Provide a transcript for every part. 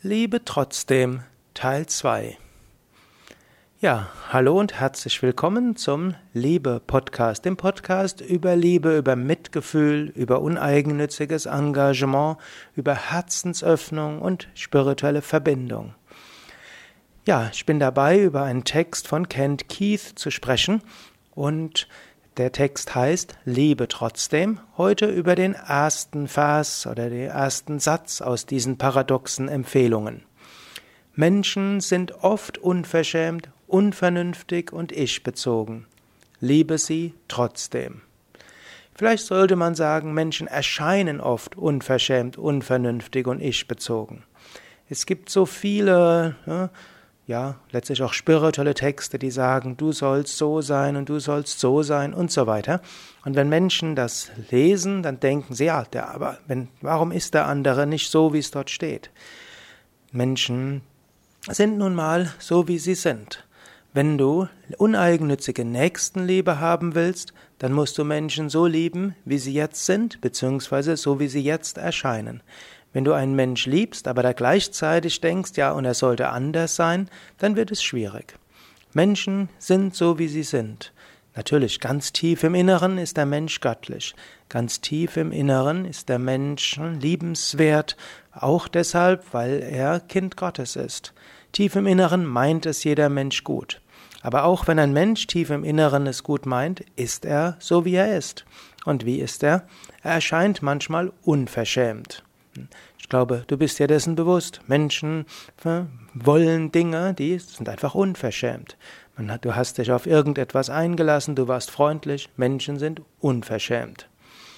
Liebe trotzdem, Teil 2. Ja, hallo und herzlich willkommen zum Liebe-Podcast, dem Podcast über Liebe, über Mitgefühl, über uneigennütziges Engagement, über Herzensöffnung und spirituelle Verbindung. Ja, ich bin dabei, über einen Text von Kent Keith zu sprechen und der Text heißt Liebe trotzdem, heute über den ersten Vers oder den ersten Satz aus diesen paradoxen Empfehlungen. Menschen sind oft unverschämt, unvernünftig und ich-bezogen. Liebe sie trotzdem. Vielleicht sollte man sagen, Menschen erscheinen oft unverschämt, unvernünftig und ich-bezogen. Es gibt so viele, letztlich auch spirituelle Texte, die sagen, du sollst so sein und du sollst so sein und so weiter. Und wenn Menschen das lesen, dann denken sie, warum ist der andere nicht so, wie es dort steht? Menschen sind nun mal so, wie sie sind. Wenn du uneigennützige Nächstenliebe haben willst, dann musst du Menschen so lieben, wie sie jetzt sind, beziehungsweise so, wie sie jetzt erscheinen. Wenn du einen Mensch liebst, aber da gleichzeitig denkst, ja, und er sollte anders sein, dann wird es schwierig. Menschen sind so, wie sie sind. Natürlich, ganz tief im Inneren ist der Mensch göttlich. Ganz tief im Inneren ist der Mensch liebenswert, auch deshalb, weil er Kind Gottes ist. Tief im Inneren meint es jeder Mensch gut. Aber auch wenn ein Mensch tief im Inneren es gut meint, ist er so, wie er ist. Und wie ist er? Er erscheint manchmal unverschämt. Ich glaube, du bist dir dessen bewusst. Menschen wollen Dinge, die sind einfach unverschämt. Du hast dich auf irgendetwas eingelassen, du warst freundlich, Menschen sind unverschämt.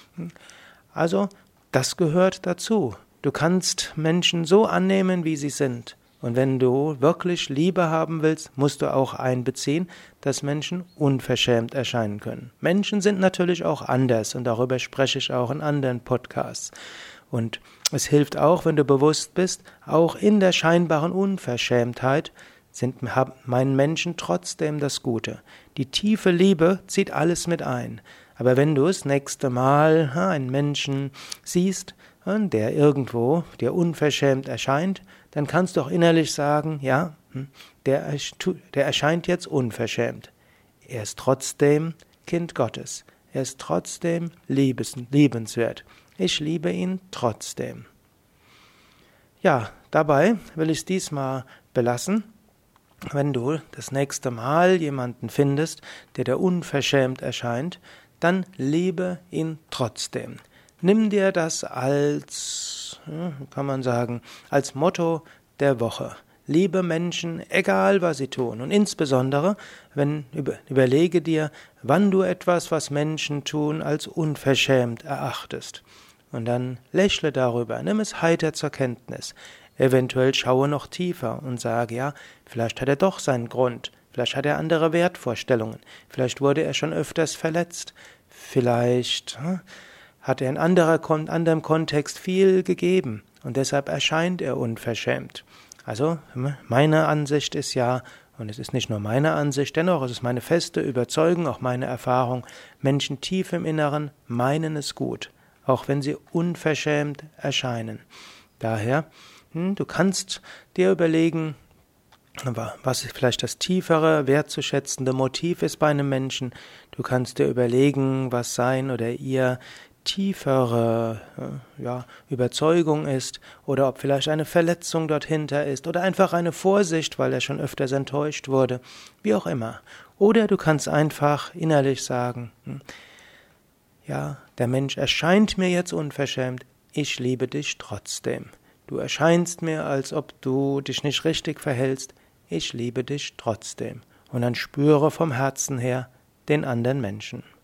Also, das gehört dazu. Du kannst Menschen so annehmen, wie sie sind. Und wenn du wirklich Liebe haben willst, musst du auch einbeziehen, dass Menschen unverschämt erscheinen können. Menschen sind natürlich auch anders und darüber spreche ich auch in anderen Podcasts. Und es hilft auch, wenn du bewusst bist, auch in der scheinbaren Unverschämtheit meinen Menschen trotzdem das Gute. Die tiefe Liebe zieht alles mit ein. Aber wenn du das nächste Mal einen Menschen siehst, der irgendwo dir unverschämt erscheint, dann kannst du auch innerlich sagen, ja, der erscheint jetzt unverschämt. Er ist trotzdem Kind Gottes. Er ist trotzdem liebenswert. Ich liebe ihn trotzdem. Ja, dabei will ich es diesmal belassen. Wenn du das nächste Mal jemanden findest, der dir unverschämt erscheint, dann liebe ihn trotzdem. Nimm dir das als Motto der Woche. Liebe Menschen, egal was sie tun. Und insbesondere, überlege dir, wann du etwas, was Menschen tun, als unverschämt erachtest. Und dann lächle darüber, nimm es heiter zur Kenntnis. Eventuell schaue noch tiefer und sage, ja, vielleicht hat er doch seinen Grund. Vielleicht hat er andere Wertvorstellungen. Vielleicht wurde er schon öfters verletzt. Vielleicht hat er in anderem Kontext viel gegeben und deshalb erscheint er unverschämt. Also, meine Ansicht ist ja, und es ist nicht nur meine Ansicht, dennoch ist es meine feste Überzeugung, auch meine Erfahrung, Menschen tief im Inneren meinen es gut, auch wenn sie unverschämt erscheinen. Daher, du kannst dir überlegen, was vielleicht das tiefere, wertzuschätzende Motiv ist bei einem Menschen. Du kannst dir überlegen, was sein oder ihr tiefere Überzeugung ist oder ob vielleicht eine Verletzung dahinter ist oder einfach eine Vorsicht, weil er schon öfters enttäuscht wurde, wie auch immer. Oder du kannst einfach innerlich sagen, der Mensch erscheint mir jetzt unverschämt, ich liebe dich trotzdem. Du erscheinst mir, als ob du dich nicht richtig verhältst, ich liebe dich trotzdem. Und dann spüre vom Herzen her den anderen Menschen.